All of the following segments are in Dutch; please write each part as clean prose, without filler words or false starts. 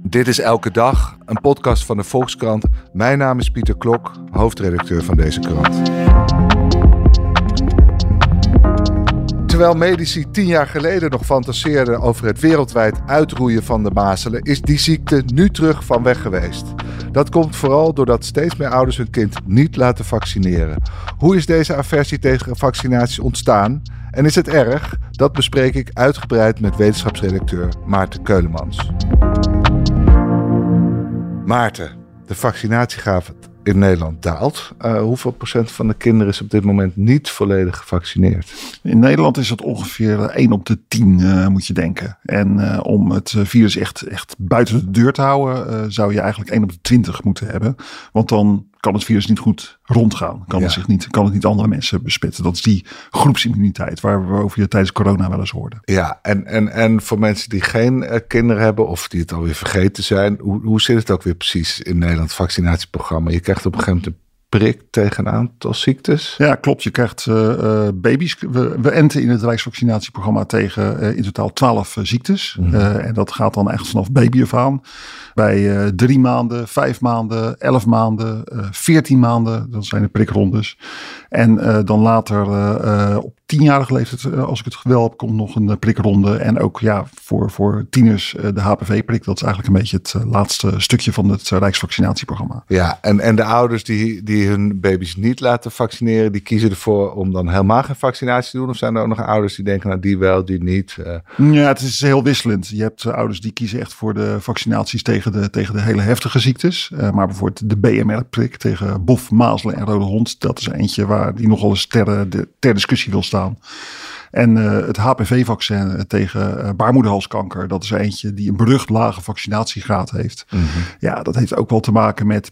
Dit is Elke Dag, een podcast van de Volkskrant. Mijn naam is Pieter Klok, hoofdredacteur van deze krant. Terwijl medici 10 jaar geleden nog fantaseerden over het wereldwijd uitroeien van de mazelen, is die ziekte nu terug van weg geweest. Dat komt vooral doordat steeds meer ouders hun kind niet laten vaccineren. Hoe is deze aversie tegen vaccinaties ontstaan? En is het erg? Dat bespreek ik uitgebreid met wetenschapsredacteur Maarten Keulemans. Maarten, de vaccinatiegraad in Nederland daalt. Hoeveel procent van de kinderen is op dit moment niet volledig gevaccineerd? In Nederland is het ongeveer 1 op de 10 moet je denken. En om het virus echt buiten de deur te houden, zou je eigenlijk 1 op de 20 moeten hebben. Want dan kan het virus niet goed rondgaan. Kan het niet andere mensen besmetten. Dat is die groepsimmuniteit waarover je tijdens corona wel eens hoorde. Ja, en voor mensen die geen kinderen hebben of die het alweer vergeten zijn. Hoe zit het ook weer precies in Nederland, het vaccinatieprogramma? Je krijgt op een gegeven moment een prik tegen een aantal ziektes. Ja, klopt. Je krijgt baby's. We enten in het Rijksvaccinatieprogramma tegen in totaal 12 ziektes. En dat gaat dan echt vanaf baby af aan. Bij 3 maanden, 5 maanden, 11 maanden, 14 maanden. Dat zijn de prikrondes. En dan later op 10-jarige leeftijd, als ik het wel heb, komt nog een prikronde. En ook voor tieners de HPV-prik. Dat is eigenlijk een beetje het laatste stukje van het Rijksvaccinatieprogramma. Ja, en de ouders die hun baby's niet laten vaccineren, die kiezen ervoor om dan helemaal geen vaccinatie te doen? Of zijn er ook nog ouders die denken, nou die wel, die niet? Ja, het is heel wisselend. Je hebt ouders die kiezen echt voor de vaccinaties tegen de hele heftige ziektes. Maar bijvoorbeeld de BMR-prik tegen bof, mazelen en rode hond. Dat is eentje die nogal eens ter discussie wil staan. En het HPV-vaccin tegen baarmoederhalskanker. Dat is eentje die een berucht lage vaccinatiegraad heeft. Mm-hmm. Ja, dat heeft ook wel te maken met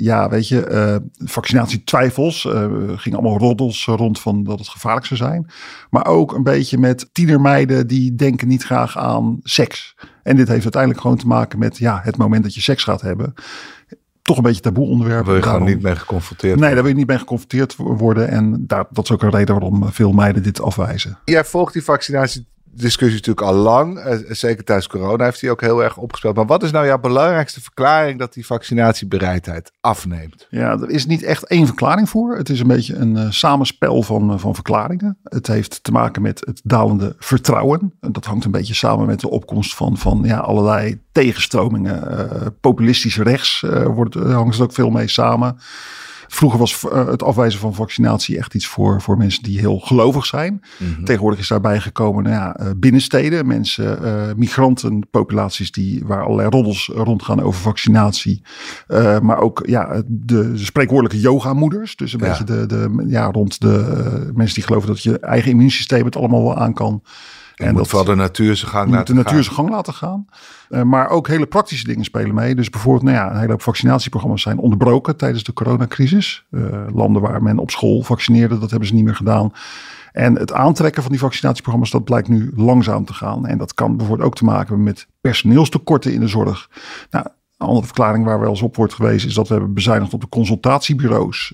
vaccinatietwijfels. Gingen allemaal roddels rond van dat het gevaarlijk zou zijn. Maar ook een beetje met tienermeiden die denken niet graag aan seks. En dit heeft uiteindelijk gewoon te maken met het moment dat je seks gaat hebben. Toch een beetje taboe onderwerp. Daar wil je gewoon niet mee geconfronteerd worden. Nee, daar wil je niet mee geconfronteerd worden. En dat is ook een reden waarom veel meiden dit afwijzen. Jij volgt die vaccinatiediscussie natuurlijk al lang. Zeker tijdens corona heeft die ook heel erg opgespeeld. Maar wat is nou jouw belangrijkste verklaring dat die vaccinatiebereidheid afneemt? Ja, er is niet echt één verklaring voor. Het is een beetje een samenspel van verklaringen. Het heeft te maken met het dalende vertrouwen. En dat hangt een beetje samen met de opkomst van allerlei tegenstromingen. Populistisch rechts hangt het ook veel mee samen. Vroeger was het afwijzen van vaccinatie echt iets voor mensen die heel gelovig zijn. Mm-hmm. Tegenwoordig is daarbij gekomen binnensteden, mensen, migrantenpopulaties waar allerlei roddels rondgaan over vaccinatie. Maar ook de spreekwoordelijke yogamoeders. Dus een beetje rond de mensen die geloven dat je eigen immuunsysteem het allemaal wel aan kan. En dat vooral de natuur zijn gang laten gaan. Maar ook hele praktische dingen spelen mee. Dus bijvoorbeeld een hele hoop vaccinatieprogramma's zijn onderbroken tijdens de coronacrisis. Landen waar men op school vaccineerde, dat hebben ze niet meer gedaan. En het aantrekken van die vaccinatieprogramma's, dat blijkt nu langzaam te gaan. En dat kan bijvoorbeeld ook te maken hebben met personeelstekorten in de zorg. Een andere verklaring waar wel eens op wordt gewezen is dat we hebben bezuinigd op de consultatiebureaus.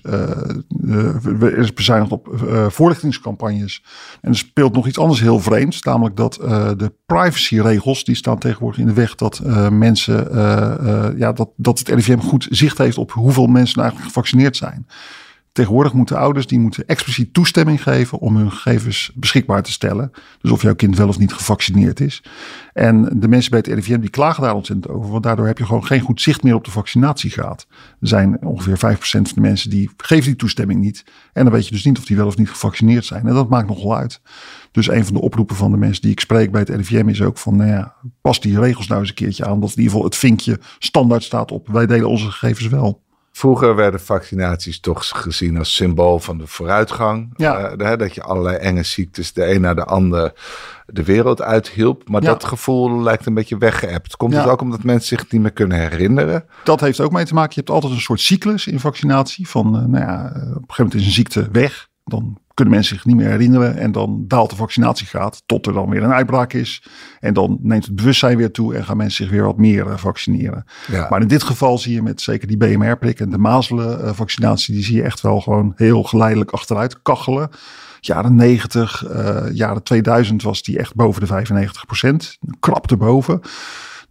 Er is bezuinigd op voorlichtingscampagnes. En er speelt nog iets anders heel vreemds. Namelijk dat de privacyregels, die staan tegenwoordig in de weg dat dat het RIVM goed zicht heeft op hoeveel mensen eigenlijk gevaccineerd zijn. Tegenwoordig moeten ouders expliciet toestemming geven om hun gegevens beschikbaar te stellen. Dus of jouw kind wel of niet gevaccineerd is. En de mensen bij het RIVM die klagen daar ontzettend over. Want daardoor heb je gewoon geen goed zicht meer op de vaccinatiegraad. Er zijn ongeveer 5% van de mensen die geven die toestemming niet. En dan weet je dus niet of die wel of niet gevaccineerd zijn. En dat maakt nogal uit. Dus een van de oproepen van de mensen die ik spreek bij het RIVM is ook van, pas die regels nou eens een keertje aan. Dat in ieder geval het vinkje standaard staat op. Wij delen onze gegevens wel. Vroeger werden vaccinaties toch gezien als symbool van de vooruitgang. Ja. Dat je allerlei enge ziektes de een na de ander de wereld uithielp. Maar dat gevoel lijkt een beetje weggeëpt. Komt het ook omdat mensen zich het niet meer kunnen herinneren? Dat heeft ook mee te maken. Je hebt altijd een soort cyclus in vaccinatie. Van op een gegeven moment is een ziekte weg. Dan kunnen mensen zich niet meer herinneren. En dan daalt de vaccinatiegraad tot er dan weer een uitbraak is. En dan neemt het bewustzijn weer toe en gaan mensen zich weer wat meer vaccineren. Ja. Maar in dit geval zie je met zeker die BMR-prik en de mazelenvaccinatie, die zie je echt wel gewoon heel geleidelijk achteruit kachelen. Jaren 90, jaren 2000 was die echt boven de 95%. Krap erboven.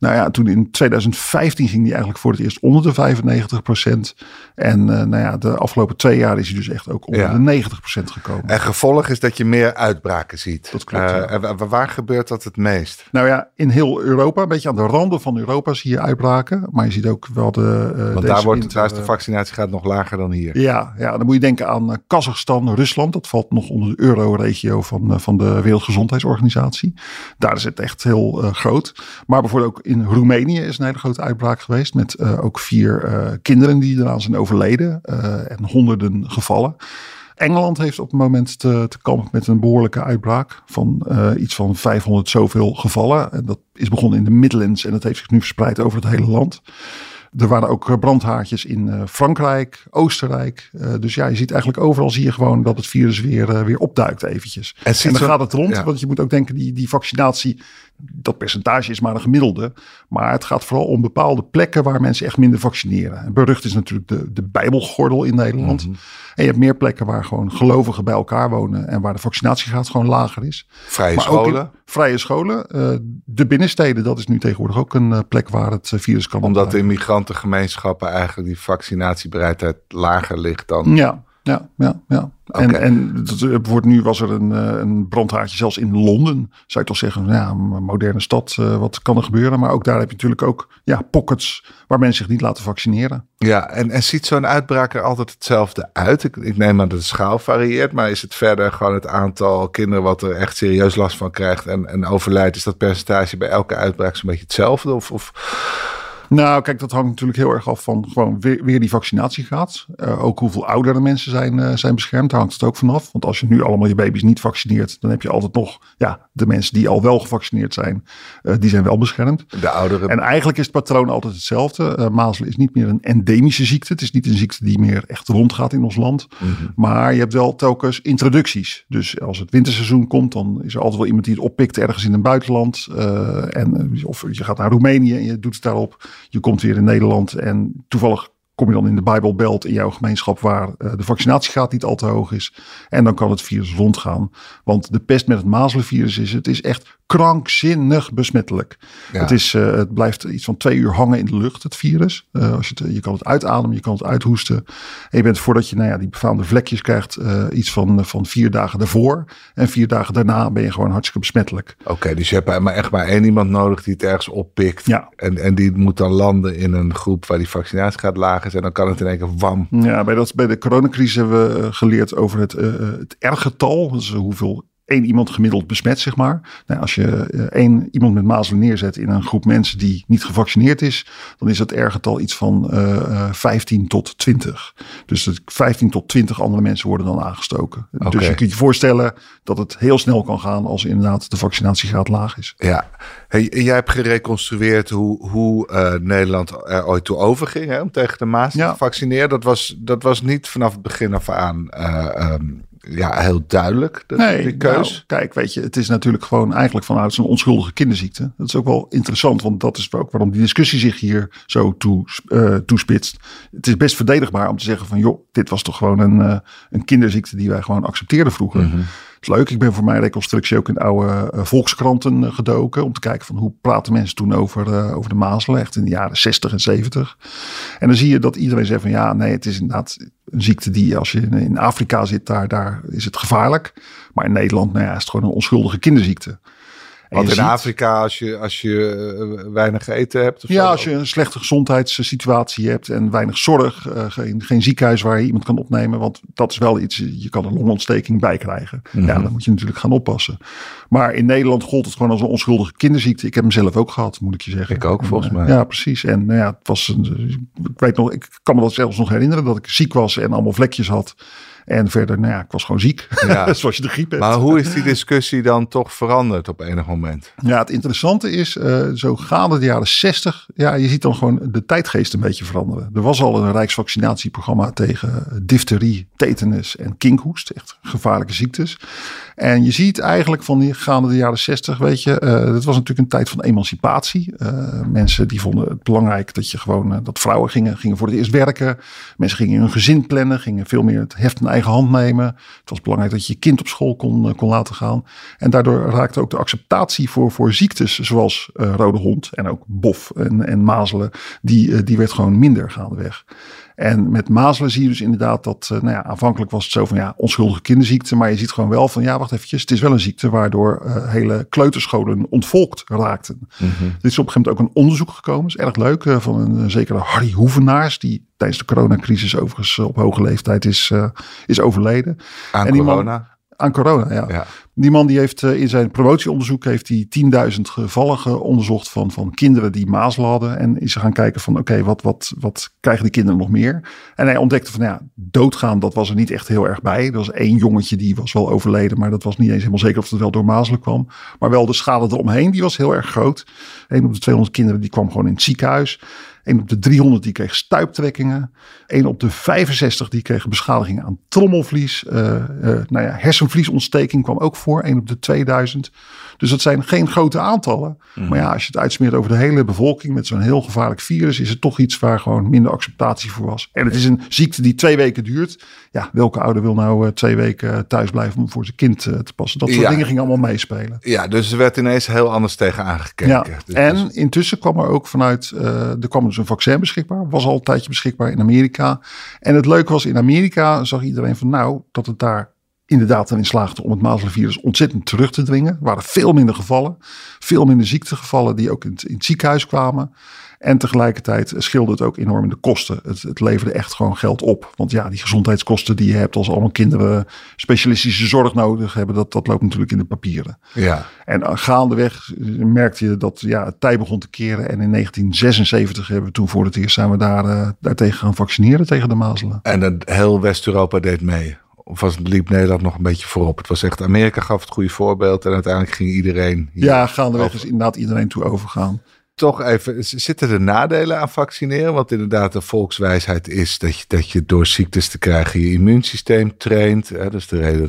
Nou ja, toen in 2015 ging die eigenlijk voor het eerst onder de 95%. En de afgelopen 2 jaar is hij dus echt ook onder de 90% gekomen. En gevolg is dat je meer uitbraken ziet. Dat klopt. Waar gebeurt dat het meest? Nou ja, in heel Europa, een beetje aan de randen van Europa zie je uitbraken. Maar je ziet ook wel Want daar is de vaccinatiegraad nog lager dan hier. Ja, dan moet je denken aan Kazachstan, Rusland. Dat valt nog onder de euroregio van de Wereldgezondheidsorganisatie. Daar is het echt heel groot. Maar bijvoorbeeld ook in Roemenië is een hele grote uitbraak geweest. Met ook 4 kinderen die eraan zijn overleden. En honderden gevallen. Engeland heeft op het moment te kampen met een behoorlijke uitbraak van iets van 500 zoveel gevallen. En dat is begonnen in de Midlands en dat heeft zich nu verspreid over het hele land. Er waren ook brandhaartjes in Frankrijk, Oostenrijk. Dus ja, je ziet eigenlijk overal zie je gewoon dat het virus weer opduikt eventjes. En dan gaat het rond, want je moet ook denken die vaccinatie, dat percentage is maar een gemiddelde. Maar het gaat vooral om bepaalde plekken waar mensen echt minder vaccineren. En berucht is natuurlijk de Bijbelgordel in Nederland. Mm-hmm. En je hebt meer plekken waar gewoon gelovigen bij elkaar wonen en waar de vaccinatiegraad gewoon lager is. Vrije scholen. De binnensteden, dat is nu tegenwoordig ook een plek waar het virus kan opduiken. Omdat in migrantengemeenschappen eigenlijk die vaccinatiebereidheid lager ligt dan... Ja. Okay. En nu was er een brandhaartje zelfs in Londen. Zou je toch zeggen, een moderne stad, wat kan er gebeuren? Maar ook daar heb je natuurlijk ook pockets waar mensen zich niet laten vaccineren. Ja, en ziet zo'n uitbraak er altijd hetzelfde uit? Ik neem aan dat de schaal varieert, maar is het verder gewoon het aantal kinderen wat er echt serieus last van krijgt en overlijdt? Is dat percentage bij elke uitbraak zo'n beetje hetzelfde? Of... Nou, kijk, dat hangt natuurlijk heel erg af van gewoon weer die vaccinatiegraad. Ook hoeveel oudere mensen zijn beschermd. Daar hangt het ook vanaf. Want als je nu allemaal je baby's niet vaccineert, dan heb je altijd nog de mensen die al wel gevaccineerd zijn. Die zijn wel beschermd. De ouderen. En eigenlijk is het patroon altijd hetzelfde. Mazelen is niet meer een endemische ziekte. Het is niet een ziekte die meer echt rondgaat in ons land. Mm-hmm. Maar je hebt wel telkens introducties. Dus als het winterseizoen komt, dan is er altijd wel iemand die het oppikt ergens in een buitenland. Of je gaat naar Roemenië en je doet het daarop. Je komt weer in Nederland en toevallig kom je dan in de Bijbelbelt in jouw gemeenschap waar de vaccinatiegraad niet al te hoog is. En dan kan het virus rondgaan. Want de pest met het mazelenvirus het is echt krankzinnig besmettelijk. Ja. Het blijft iets van 2 uur hangen in de lucht, het virus. Je kan het uitademen, je kan het uithoesten. En je bent voordat je die befaamde vlekjes krijgt, iets van 4 dagen daarvoor. En 4 dagen daarna ben je gewoon hartstikke besmettelijk. Oké, dus je hebt echt maar 1 iemand nodig die het ergens oppikt. Ja. En die moet dan landen in een groep waar die vaccinatiegraad laag is. En dan kan het in één keer wam. Ja, bij de coronacrisis hebben we geleerd over het R-getal. Dus hoeveel 1 iemand gemiddeld besmet, zeg maar. Nou, als je 1 iemand met mazelen neerzet in een groep mensen die niet gevaccineerd is, dan is het R-getal iets van 15 tot 20. Dus 15 tot 20 andere mensen worden dan aangestoken. Okay. Dus je kunt je voorstellen dat het heel snel kan gaan als inderdaad de vaccinatiegraad laag is. Ja, jij hebt gereconstrueerd hoe Nederland er ooit toe overging om tegen de mazelen te vaccineren. Dat was niet vanaf het begin af aan heel duidelijk, de keus. Nou, kijk, weet je, het is natuurlijk gewoon eigenlijk vanuit zo'n onschuldige kinderziekte. Dat is ook wel interessant, want dat is ook waarom die discussie zich hier zo toespitst. Het is best verdedigbaar om te zeggen van, joh, dit was toch gewoon een kinderziekte die wij gewoon accepteerden vroeger. Mm-hmm. Het is leuk, ik ben voor mijn reconstructie ook in oude volkskranten gedoken om te kijken van hoe praten mensen toen over de mazelen, echt in de jaren 60 en 70. En dan zie je dat iedereen zegt van het is inderdaad een ziekte die als je in Afrika zit, daar is het gevaarlijk. Maar in Nederland is het gewoon een onschuldige kinderziekte. Want in Afrika, als je weinig eten hebt? Als je een slechte gezondheidssituatie hebt en weinig zorg. Geen ziekenhuis waar je iemand kan opnemen. Want dat is wel iets, je kan een longontsteking bij krijgen. Mm-hmm. Ja, dan moet je natuurlijk gaan oppassen. Maar in Nederland gold het gewoon als een onschuldige kinderziekte. Ik heb hem zelf ook gehad, moet ik je zeggen. Ik ook, volgens mij. Ja, precies. En het was ik kan me dat zelfs nog herinneren dat ik ziek was en allemaal vlekjes had. En verder, ik was gewoon ziek. Ja. Zoals je de griep hebt. Maar hoe is die discussie dan toch veranderd op enig moment? Ja, het interessante is, zo gaande de jaren 60, je ziet dan gewoon de tijdgeest een beetje veranderen. Er was al een rijksvaccinatieprogramma tegen difterie, tetanus en kinkhoest. Echt gevaarlijke ziektes. En je ziet eigenlijk van die gaande de jaren 60, weet je, dat was natuurlijk een tijd van emancipatie. Mensen die vonden het belangrijk dat je gewoon, dat vrouwen gingen voor het eerst werken. Mensen gingen hun gezin plannen, gingen veel meer het heft eigen hand nemen. Het was belangrijk dat je je kind op school kon laten gaan. En daardoor raakte ook de acceptatie voor ziektes zoals rode hond en ook bof en mazelen. Die werd gewoon minder gaandeweg. En met mazelen zie je dus inderdaad dat, aanvankelijk was het zo van onschuldige kinderziekte. Maar je ziet gewoon wel van wacht eventjes, het is wel een ziekte waardoor hele kleuterscholen ontvolkt raakten. Mm-hmm. Dit is op een gegeven moment ook een onderzoek gekomen. Dat is erg leuk, van een zekere Harry Hoevenaars, die tijdens de coronacrisis overigens op hoge leeftijd is overleden. Aan corona, ja. Die man die heeft in zijn promotieonderzoek heeft hij 10.000 gevallen onderzocht van kinderen die mazelen hadden. En is gaan kijken van wat krijgen die kinderen nog meer? En hij ontdekte van doodgaan, dat was er niet echt heel erg bij. Er was 1 jongetje die was wel overleden, maar dat was niet eens helemaal zeker of het wel door mazelen kwam. Maar wel de schade eromheen, die was heel erg groot. 1 op de 200 kinderen die kwam gewoon in het ziekenhuis. 1 op de 300 die kreeg stuiptrekkingen. 1 op de 65 die kreeg beschadigingen aan trommelvlies. Hersenvliesontsteking kwam ook voor. 1 op de 2000. Dus dat zijn geen grote aantallen. Mm. Maar als je het uitsmeert over de hele bevolking met zo'n heel gevaarlijk virus, is het toch iets waar gewoon minder acceptatie voor was. En het is een ziekte die 2 weken duurt. Ja, welke ouder wil nou 2 weken thuis blijven om voor zijn kind te passen? Dat soort dingen gingen allemaal meespelen. Ja, dus er werd ineens heel anders tegen aangekeken. Ja, dus en intussen kwam er ook vanuit, er kwam dus een vaccin beschikbaar. Was al een tijdje beschikbaar in Amerika. En het leuke was, in Amerika zag iedereen van dat het daar inderdaad erin slaagde om het mazelenvirus ontzettend terug te dringen. Er waren veel minder gevallen. Veel minder ziektegevallen die ook in het ziekenhuis kwamen. En tegelijkertijd scheelde het ook enorm in de kosten. Het leverde echt gewoon geld op. Want die gezondheidskosten die je hebt als allemaal kinderen specialistische zorg nodig hebben, dat loopt natuurlijk in de papieren. Ja. En gaandeweg merkte je dat het tij begon te keren. En in 1976 hebben we toen voor het eerst zijn we daartegen gaan vaccineren tegen de mazelen. En heel West-Europa deed mee. Of liep Nederland nog een beetje voorop? Het was echt, Amerika gaf het goede voorbeeld en uiteindelijk ging iedereen... Gaandeweg is inderdaad iedereen toe overgaan. Toch even, zitten er nadelen aan vaccineren? Want inderdaad de volkswijsheid is dat je door ziektes te krijgen je immuunsysteem traint. Dat is de reden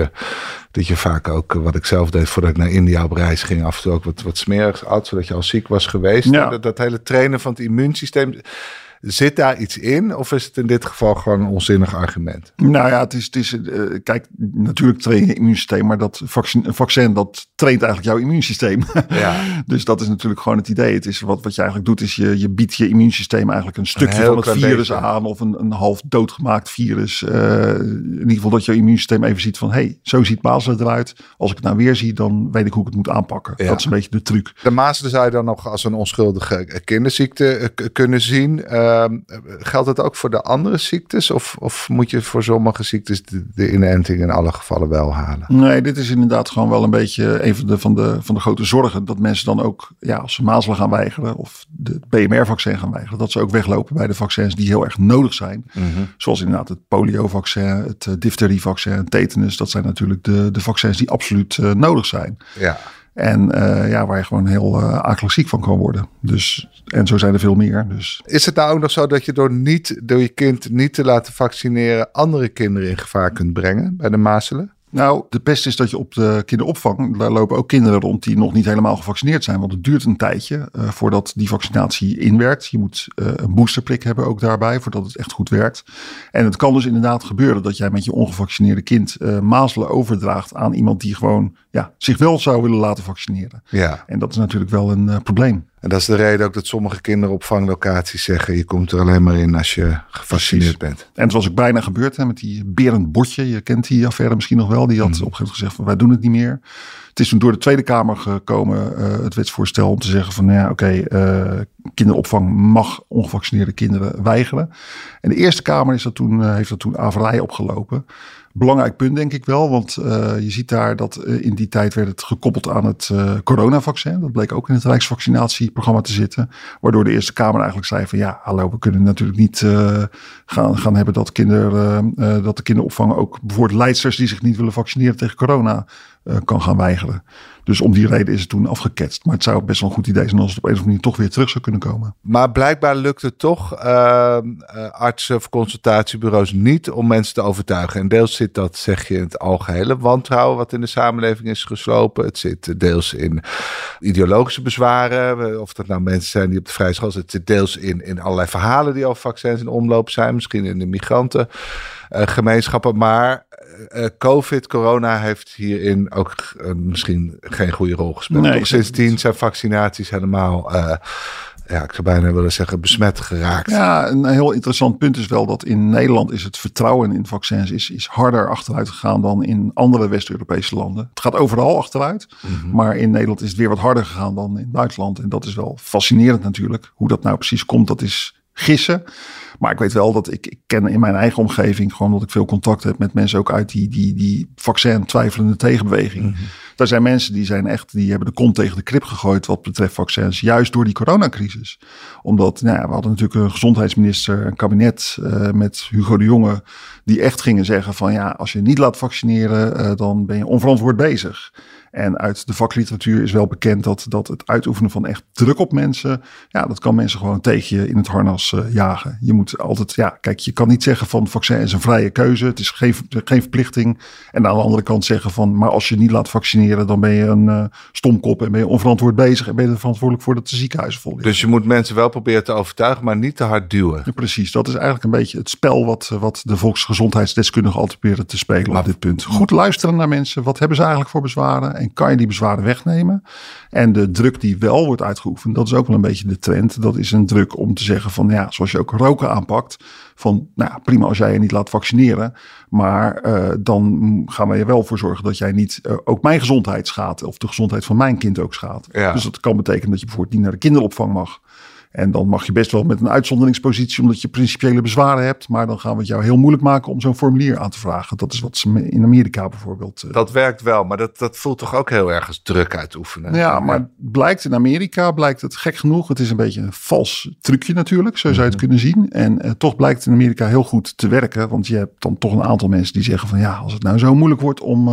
dat je vaak ook, wat ik zelf deed voordat ik naar India op reis ging, af en toe ook wat smerigs at, zodat je al ziek was geweest. Ja. Dat hele trainen van het immuunsysteem... Zit daar iets in of is het in dit geval gewoon een onzinnig argument? Het is kijk, natuurlijk train je immuunsysteem, maar dat vaccin dat traint eigenlijk jouw immuunsysteem. Ja. Dus dat is natuurlijk gewoon het idee. Het is wat je eigenlijk doet, is je biedt je immuunsysteem eigenlijk een stukje van het virus aan of een half doodgemaakt virus. In ieder geval dat je immuunsysteem even ziet van, zo ziet mazelen eruit. Als ik het nou weer zie, dan weet ik hoe ik het moet aanpakken. Ja. Dat is een beetje de truc. De mazelen zou je dan nog als een onschuldige kinderziekte kunnen zien. Geldt het ook voor de andere ziektes? Of moet je voor sommige ziektes de inenting in alle gevallen wel halen? Nee, dit is inderdaad gewoon wel een beetje een van de grote zorgen. Dat mensen dan ook, als ze mazelen gaan weigeren of de PMR-vaccin gaan weigeren, dat ze ook weglopen bij de vaccins die heel erg nodig zijn. Mm-hmm. Zoals inderdaad het polio-vaccin, het difterievaccin, tetanus. Dat zijn natuurlijk de vaccins die absoluut nodig zijn. Ja. En waar je gewoon heel akelig ziek van kan worden. Dus, en zo zijn er veel meer. Dus. Is het nou ook nog zo dat je door je kind niet te laten vaccineren andere kinderen in gevaar kunt brengen bij de mazelen? Nou, de pest is dat je op de kinderopvang, daar lopen ook kinderen rond die nog niet helemaal gevaccineerd zijn. Want het duurt een tijdje voordat die vaccinatie inwerkt. Je moet een boosterprik hebben ook daarbij, voordat het echt goed werkt. En het kan dus inderdaad gebeuren dat jij met je ongevaccineerde kind mazelen overdraagt aan iemand die gewoon zich wel zou willen laten vaccineren. Ja. En dat is natuurlijk wel een probleem. En dat is de reden ook dat sommige kinderopvanglocaties zeggen, je komt er alleen maar in als je gevaccineerd bent. En het was ook bijna gebeurd met die Berend Botje. Je kent die affaire misschien nog wel. Die had op een gegeven moment gezegd van, wij doen het niet meer. Het is toen door de Tweede Kamer gekomen, het wetsvoorstel om te zeggen van, kinderopvang mag ongevaccineerde kinderen weigeren. En de Eerste Kamer heeft dat toen averij opgelopen. Belangrijk punt denk ik wel, want je ziet daar dat in die tijd werd het gekoppeld aan het coronavaccin. Dat bleek ook in het Rijksvaccinatieprogramma te zitten. Waardoor de Eerste Kamer eigenlijk zei van we kunnen natuurlijk niet gaan hebben dat de kinderopvang ook bijvoorbeeld leidsters die zich niet willen vaccineren tegen corona kan gaan weigeren. Dus om die reden is het toen afgeketst. Maar het zou best wel een goed idee zijn als het op een of andere manier toch weer terug zou kunnen komen. Maar blijkbaar lukt het toch artsen of consultatiebureaus niet om mensen te overtuigen. En deels zit dat, zeg je, in het algehele wantrouwen wat in de samenleving is geslopen. Het zit deels in ideologische bezwaren. Of dat nou mensen zijn die op de vrije school zitten. Het zit deels in allerlei verhalen die over vaccins in omloop zijn. Misschien in de migranten. gemeenschappen. Maar corona heeft hierin ook misschien geen goede rol gespeeld. Nee, sindsdien zijn vaccinaties helemaal... ik zou bijna willen zeggen besmet geraakt. Ja, een heel interessant punt is wel dat in Nederland is het vertrouwen in vaccins is harder achteruit gegaan dan in andere West-Europese landen. Het gaat overal achteruit, maar in Nederland is het weer wat harder gegaan dan in Duitsland. En dat is wel fascinerend natuurlijk. Hoe dat nou precies komt, dat is gissen. Maar ik weet wel dat ik ken in mijn eigen omgeving, gewoon dat ik veel contact heb met mensen ook uit die vaccin twijfelende tegenbeweging. Daar zijn mensen die hebben de kont tegen de krip gegooid wat betreft vaccins, juist door die coronacrisis. Omdat, we hadden natuurlijk een gezondheidsminister, een kabinet met Hugo de Jonge, die echt gingen zeggen van als je niet laat vaccineren, dan ben je onverantwoord bezig. En uit de vakliteratuur is wel bekend dat het uitoefenen van echt druk op mensen, dat kan mensen gewoon tegen je in het harnas jagen. Je moet altijd, kijk, je kan niet zeggen van vaccin is een vrije keuze. Het is geen verplichting. En aan de andere kant zeggen van, maar als je niet laat vaccineren, dan ben je een stomkop en ben je onverantwoord bezig en ben je er verantwoordelijk voor dat de ziekenhuizen vol liggen. Dus je moet mensen wel proberen te overtuigen, maar niet te hard duwen. Ja, precies, dat is eigenlijk een beetje het spel wat de volksgezondheidsdeskundigen altijd proberen te spelen op dit punt. Goed luisteren naar mensen. Wat hebben ze eigenlijk voor bezwaren? En kan je die bezwaren wegnemen? En de druk die wel wordt uitgeoefend, dat is ook wel een beetje de trend. Dat is een druk om te zeggen van, zoals je ook roken aanpakt. Van, prima als jij je niet laat vaccineren. Maar dan gaan we er wel voor zorgen dat jij niet ook mijn gezondheid schaadt. Of de gezondheid van mijn kind ook schaadt. Ja. Dus dat kan betekenen dat je bijvoorbeeld niet naar de kinderopvang mag. En dan mag je best wel met een uitzonderingspositie omdat je principiële bezwaren hebt. Maar dan gaan we het jou heel moeilijk maken om zo'n formulier aan te vragen. Dat is wat ze in Amerika bijvoorbeeld... Dat werkt wel, maar dat voelt toch ook heel erg als druk uitoefenen. Ja, maar blijkt in Amerika, het gek genoeg. Het is een beetje een vals trucje natuurlijk, zo zou je het kunnen zien. En toch blijkt het in Amerika heel goed te werken. Want je hebt dan toch een aantal mensen die zeggen van als het nou zo moeilijk wordt om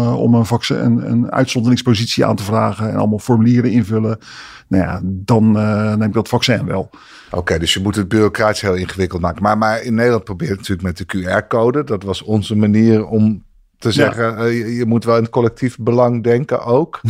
een uitzonderingspositie aan te vragen. En allemaal formulieren invullen. Dan neem ik dat vaccin wel. Oké, dus je moet het bureaucratisch heel ingewikkeld maken. Maar in Nederland probeert het natuurlijk met de QR-code. Dat was onze manier om te zeggen, je moet wel in het collectief belang denken ook.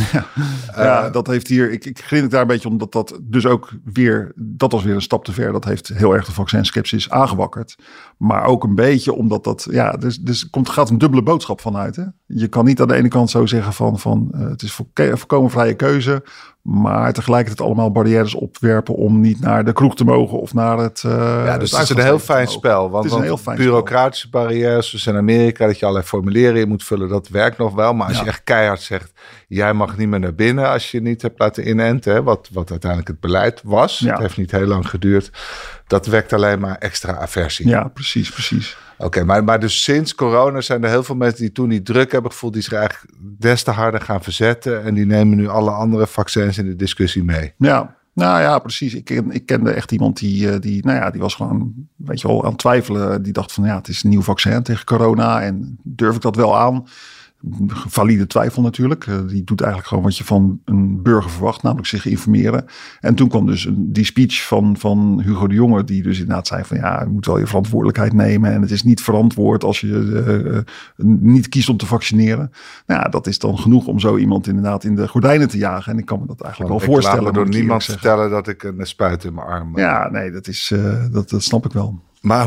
Dat heeft hier, ik grinnik daar een beetje omdat dat dus ook weer, dat was weer een stap te ver. Dat heeft heel erg de vaccinskepsis aangewakkerd. Maar ook een beetje omdat dat, gaat een dubbele boodschap vanuit. Hè? Je kan niet aan de ene kant zo zeggen van het is volkomen vrije keuze. Maar tegelijkertijd allemaal barrières opwerpen om niet naar de kroeg te mogen of naar het... dus het is een heel fijn spel. Want bureaucratische barrières, zoals in Amerika, dat je allerlei formulieren in moet vullen, dat werkt nog wel. Maar als je echt keihard zegt, jij mag niet meer naar binnen als je niet hebt laten inenten, hè, wat uiteindelijk het beleid was. Ja. Het heeft niet heel lang geduurd. Dat wekt alleen maar extra aversie. Ja, precies. Oké, maar dus sinds corona zijn er heel veel mensen die toen die druk hebben gevoeld, die zich eigenlijk des te harder gaan verzetten. En die nemen nu alle andere vaccins in de discussie mee. Ja, nou ja, precies. Ik kende echt iemand die was gewoon, weet je wel, aan het twijfelen. Die dacht van, het is een nieuw vaccin tegen corona en durf ik dat wel aan? Valide twijfel natuurlijk. Die doet eigenlijk gewoon wat je van een burger verwacht, namelijk zich informeren. En toen kwam dus die speech van Hugo de Jonge, die dus inderdaad zei van je moet wel je verantwoordelijkheid nemen en het is niet verantwoord als je niet kiest om te vaccineren. Nou, dat is dan genoeg om zo iemand inderdaad in de gordijnen te jagen. En ik kan me dat eigenlijk wel voorstellen. Laat me door niemand vertellen dat ik een spuit in mijn arm. Ja, nee, dat snap ik wel. Maar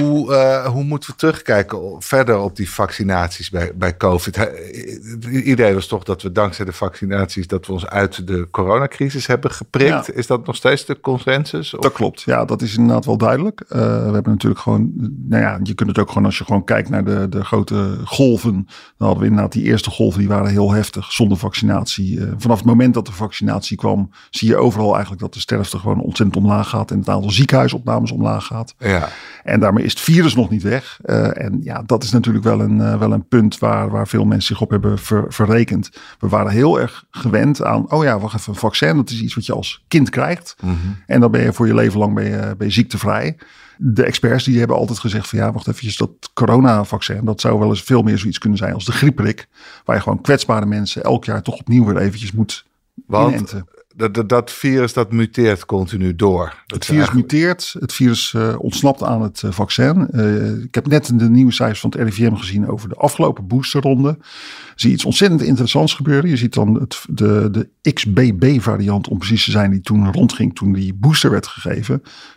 hoe moeten we terugkijken verder op die vaccinaties bij COVID? Iedereen was toch dat we dankzij de vaccinaties dat we ons uit de coronacrisis hebben geprikt. Ja. Is dat nog steeds de consensus? Of? Dat klopt. Ja, dat is inderdaad wel duidelijk. We hebben natuurlijk gewoon, je kunt het ook gewoon als je gewoon kijkt naar de grote golven. Dan hadden we inderdaad die eerste golven, die waren heel heftig zonder vaccinatie. Vanaf het moment dat de vaccinatie kwam, zie je overal eigenlijk dat de sterfte gewoon ontzettend omlaag gaat en het aantal ziekenhuisopnames omlaag gaat. Ja. En daarmee is het virus nog niet weg. Dat is natuurlijk wel een punt waar veel mensen zich op hebben verrekend. We waren heel erg gewend aan, wacht even, een vaccin. Dat is iets wat je als kind krijgt. Mm-hmm. En dan ben je voor je leven lang ben je ziektevrij. De experts die hebben altijd gezegd van wacht eventjes, dat coronavaccin, dat zou wel eens veel meer zoiets kunnen zijn als de griepprik. Waar je gewoon kwetsbare mensen elk jaar toch opnieuw weer eventjes moet inenten. Dat virus dat muteert continu door. Het virus muteert. Het virus ontsnapt aan het vaccin. Ik heb net de nieuwe cijfers van het RIVM gezien over de afgelopen boosterronde. Zie je iets ontzettend interessants gebeuren. Je ziet dan de XBB variant om precies te zijn die toen rondging toen die booster werd gegeven.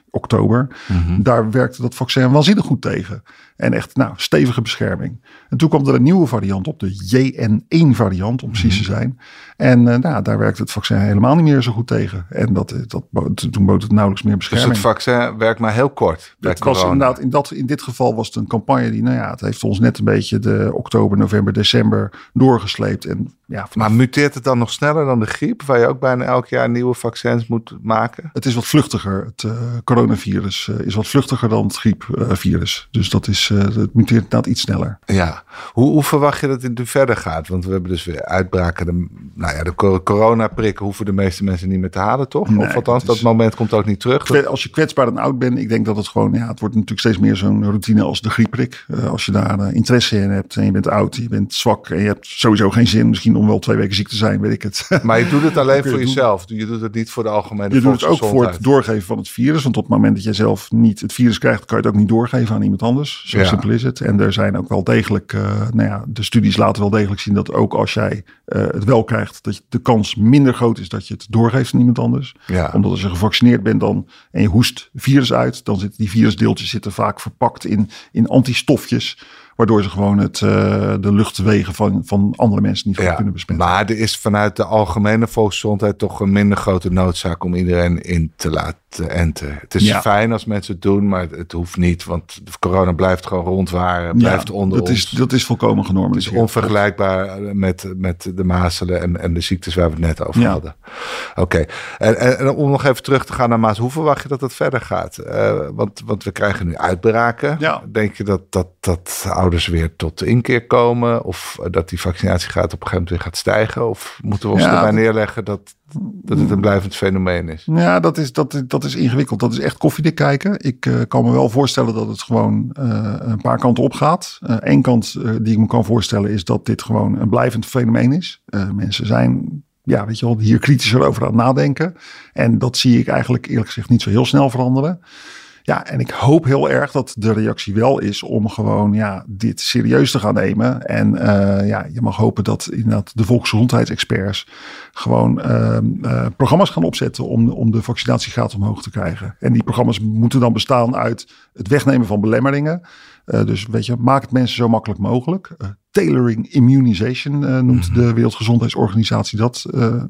oktober. Daar werkte dat vaccin waanzinnig goed tegen. En echt, stevige bescherming. En toen kwam er een nieuwe variant op, de JN1 variant om precies te zijn. En daar werkte het vaccin helemaal niet meer zo goed tegen. En toen bood het nauwelijks meer bescherming. Dus het vaccin werkt maar heel kort bij corona. Was inderdaad, in dit geval was het een campagne die, het heeft ons net een beetje de oktober, november, december doorgesleept. En, maar muteert het dan nog sneller dan de griep, waar je ook bijna elk jaar nieuwe vaccins moet maken? Het is wat vluchtiger. Het coronavirus is wat vluchtiger dan het griepvirus. Dus het muteert inderdaad iets sneller. Ja. Hoe verwacht je dat het nu verder gaat? Want we hebben dus weer uitbraken. De coronaprikken hoeven de meeste mensen niet meer te halen, toch? Nee, of althans, dat moment komt ook niet terug. Als je kwetsbaar en oud bent, ik denk dat het gewoon, het wordt natuurlijk steeds meer zo'n routine als de griepprik. Als je daar interesse in hebt en je bent oud, je bent zwak en je hebt sowieso geen zin misschien om wel 2 weken ziek te zijn, weet ik het. Maar je doet het alleen voor jezelf. Je doet het niet voor de algemene volksgezondheid. Je doet het ook voor het doorgeven van het virus. Want op het moment dat je zelf niet het virus krijgt, kan je het ook niet doorgeven aan iemand anders. Zo simpel is het. En er zijn ook wel degelijk, de studies laten wel degelijk zien dat ook als jij het wel krijgt, dat de kans minder groot is dat je het doorgeeft aan iemand anders. Ja. Omdat als je gevaccineerd bent en je hoest virus uit, dan zitten die virusdeeltjes vaak verpakt in antistofjes. Waardoor ze gewoon de luchtwegen van andere mensen niet kunnen besmetten. Maar er is vanuit de algemene volksgezondheid toch een minder grote noodzaak om iedereen in te laten enten. Het is fijn als mensen het doen, maar het hoeft niet. Want de corona blijft gewoon rondwaren, blijft onder ons. Dat is volkomen genormaliseerd. Het is onvergelijkbaar met de mazelen en de ziektes waar we het net over hadden. Oké. En om nog even terug te gaan naar mazelen. Hoe verwacht je dat het verder gaat? Want we krijgen nu uitbraken. Ja. Denk je dat ouders weer tot inkeer komen? Of dat die vaccinatiegraad op een gegeven moment weer gaat stijgen? Of moeten we ons erbij neerleggen dat het een blijvend fenomeen is? Ja, dat is ingewikkeld. Dat is echt koffiedik kijken. Ik kan me wel voorstellen dat het gewoon een paar kanten op gaat. Eén kant die ik me kan voorstellen is dat dit gewoon een blijvend fenomeen is. Mensen zijn hier kritischer over aan het nadenken. En dat zie ik eigenlijk eerlijk gezegd niet zo heel snel veranderen. Ja, en ik hoop heel erg dat de reactie wel is om gewoon dit serieus te gaan nemen. En je mag hopen dat inderdaad de volksgezondheidsexperts gewoon programma's gaan opzetten om de vaccinatiegraad omhoog te krijgen. En die programma's moeten dan bestaan uit het wegnemen van belemmeringen. Dus maak het mensen zo makkelijk mogelijk. Tailoring immunization noemt de Wereldgezondheidsorganisatie dat.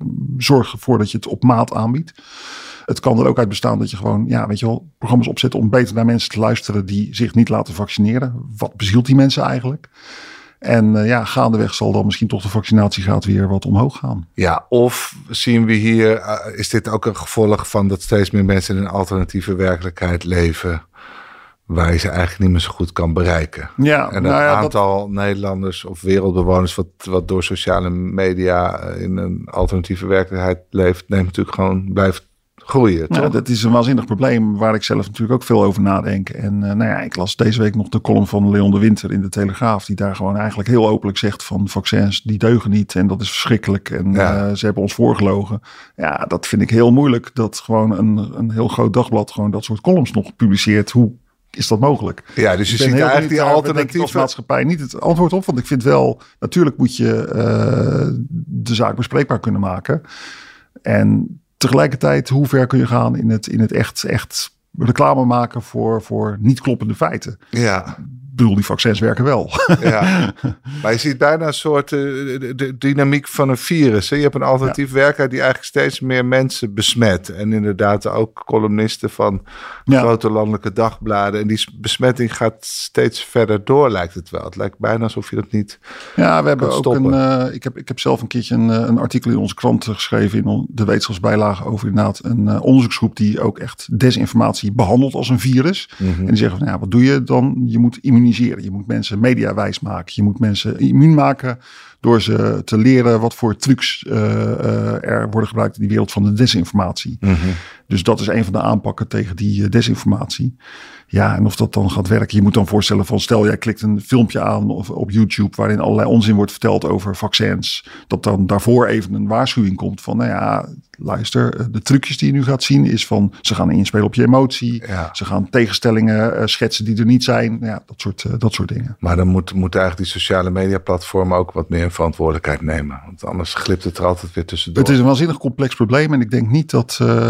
Zorg ervoor dat je het op maat aanbiedt. Het kan er ook uit bestaan dat je gewoon, programma's opzet om beter naar mensen te luisteren die zich niet laten vaccineren. Wat bezielt die mensen eigenlijk? En gaandeweg zal dan misschien toch de vaccinatiegraad weer wat omhoog gaan. Ja, of zien we hier, is dit ook een gevolg van dat steeds meer mensen in een alternatieve werkelijkheid leven, waar je ze eigenlijk niet meer zo goed kan bereiken. Ja, en het aantal Nederlanders of wereldbewoners wat door sociale media in een alternatieve werkelijkheid leeft, neemt natuurlijk gewoon, blijft groeien, toch? Dat is een waanzinnig probleem waar ik zelf natuurlijk ook veel over nadenk. En ik las deze week nog de column van Leon de Winter in de Telegraaf, die daar gewoon eigenlijk heel openlijk zegt van vaccins, die deugen niet en dat is verschrikkelijk. En ze hebben ons voorgelogen. Ja, dat vind ik heel moeilijk, dat gewoon een heel groot dagblad gewoon dat soort columns nog publiceert. Hoe is dat mogelijk? Ja, dus je ziet eigenlijk die alternatieve als maatschappij niet het antwoord op. Want ik vind wel, natuurlijk moet je de zaak bespreekbaar kunnen maken. En tegelijkertijd, hoe ver kun je gaan in het echt reclame maken voor niet kloppende feiten? Ja. Ik bedoel, die vaccins werken wel. Ja. Maar je ziet bijna een soort de dynamiek van een virus. Hè? Je hebt een alternatief werker die eigenlijk steeds meer mensen besmet. En inderdaad ook columnisten van grote landelijke dagbladen. En die besmetting gaat steeds verder door, lijkt het wel. Het lijkt bijna alsof je dat niet we hebben ook ik heb zelf een keertje een artikel in onze krant geschreven in de wetenschapsbijlage over inderdaad een onderzoeksgroep die ook echt desinformatie behandelt als een virus. Mm-hmm. En die zeggen van wat doe je dan? Je moet immuniseren. Je moet mensen mediawijs maken. Je moet mensen immuun maken door ze te leren wat voor trucs er worden gebruikt in die wereld van de desinformatie. Mm-hmm. Dus dat is een van de aanpakken tegen die desinformatie. Ja, en of dat dan gaat werken. Je moet dan voorstellen van stel jij klikt een filmpje aan op YouTube waarin allerlei onzin wordt verteld over vaccins. Dat dan daarvoor even een waarschuwing komt van luister, de trucjes die je nu gaat zien is van ze gaan inspelen op je emotie. Ja. Ze gaan tegenstellingen schetsen die er niet zijn. Ja, dat soort dingen. Maar dan moet eigenlijk die sociale media platformen ook wat meer verantwoordelijkheid nemen. Want anders glipt het er altijd weer tussendoor. Het is een waanzinnig complex probleem en ik denk niet dat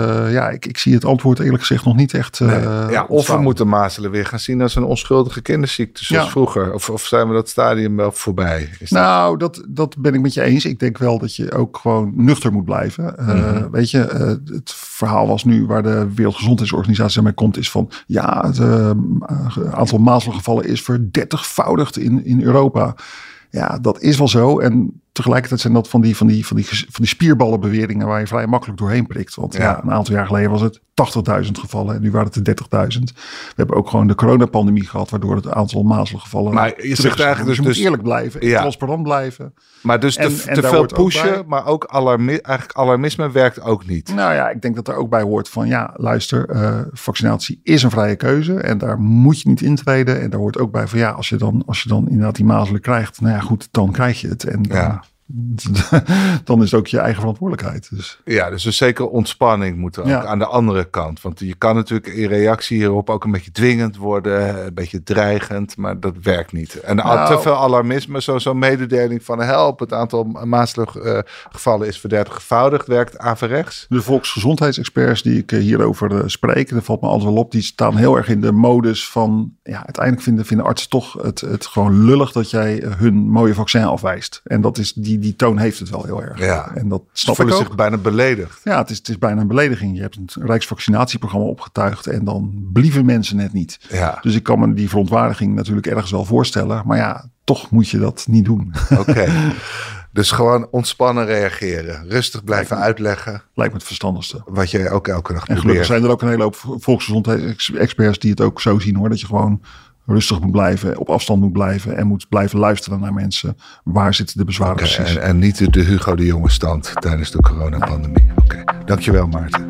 Ja, ik zie het antwoord eerlijk gezegd nog niet echt of we moeten mazelen weer gaan zien als een onschuldige kinderziekte zoals vroeger. Of zijn we dat stadium wel voorbij? Dat ben ik met je eens. Ik denk wel dat je ook gewoon nuchter moet blijven. Weet je, het verhaal was nu waar de Wereldgezondheidsorganisatie mee komt is van het aantal mazelengevallen is verdertigvoudigd in Europa. Ja, dat is wel zo. En tegelijkertijd zijn dat van die spierballenbeweringen waar je vrij makkelijk doorheen prikt. Want een aantal jaar geleden was het 80.000 gevallen en nu waren het er 30.000. We hebben ook gewoon de coronapandemie gehad, waardoor het aantal mazelengevallen... Maar je zegt eigenlijk dus je moet eerlijk blijven, transparant blijven. Maar dus te veel pushen, maar ook alarmisme werkt ook niet. Nou ja, ik denk dat er ook bij hoort van luister, vaccinatie is een vrije keuze en daar moet je niet intreden. En daar hoort ook bij van als je dan inderdaad die mazelen krijgt, dan krijg je het. En dan is het ook je eigen verantwoordelijkheid. Dus. Ja, dus zeker ontspanning moet er ook aan de andere kant. Want je kan natuurlijk in reactie hierop ook een beetje dwingend worden, een beetje dreigend, maar dat werkt niet. En te veel alarmisme, zo'n mededeling van help, het aantal mazelengevallen is verdertigvoudigd, werkt averechts. De volksgezondheidsexperts die ik hierover spreek, dat valt me altijd wel op, die staan heel erg in de modus van, uiteindelijk vinden artsen toch het gewoon lullig dat jij hun mooie vaccin afwijst. En dat is die toon heeft het wel heel erg. Ja. En dat snap ik ook. Ze zich bijna beledigd. Ja, het is bijna een belediging. Je hebt een Rijksvaccinatieprogramma opgetuigd en dan blieven mensen net niet. Ja. Dus ik kan me die verontwaardiging natuurlijk ergens wel voorstellen. Maar toch moet je dat niet doen. Oké. Dus gewoon ontspannen reageren. Rustig blijven uitleggen. Lijkt me het verstandigste. Wat je ook elke dag probeert. En gelukkig zijn er ook een hele hoop volksgezondheidsexperts die het ook zo zien hoor. Dat je gewoon rustig moet blijven, op afstand moet blijven en moet blijven luisteren naar mensen. Waar zitten de bezwaren precies? En niet de Hugo de Jonge stand tijdens de coronapandemie. Oké. Dankjewel Maarten.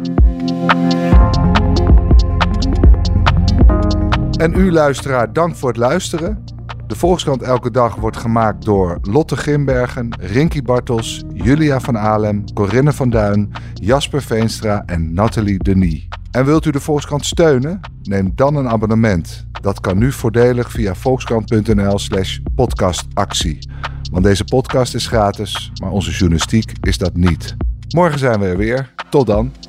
En u luisteraar, dank voor het luisteren. De Volkskrant Elke Dag wordt gemaakt door Lotte Grimbergen, Rinky Bartels, Julia van Alem, Corinne van Duin, Jasper Veenstra en Nathalie Denis. En wilt u de Volkskrant steunen? Neem dan een abonnement. Dat kan nu voordelig via volkskrant.nl/podcastactie. Want deze podcast is gratis, maar onze journalistiek is dat niet. Morgen zijn we er weer. Tot dan.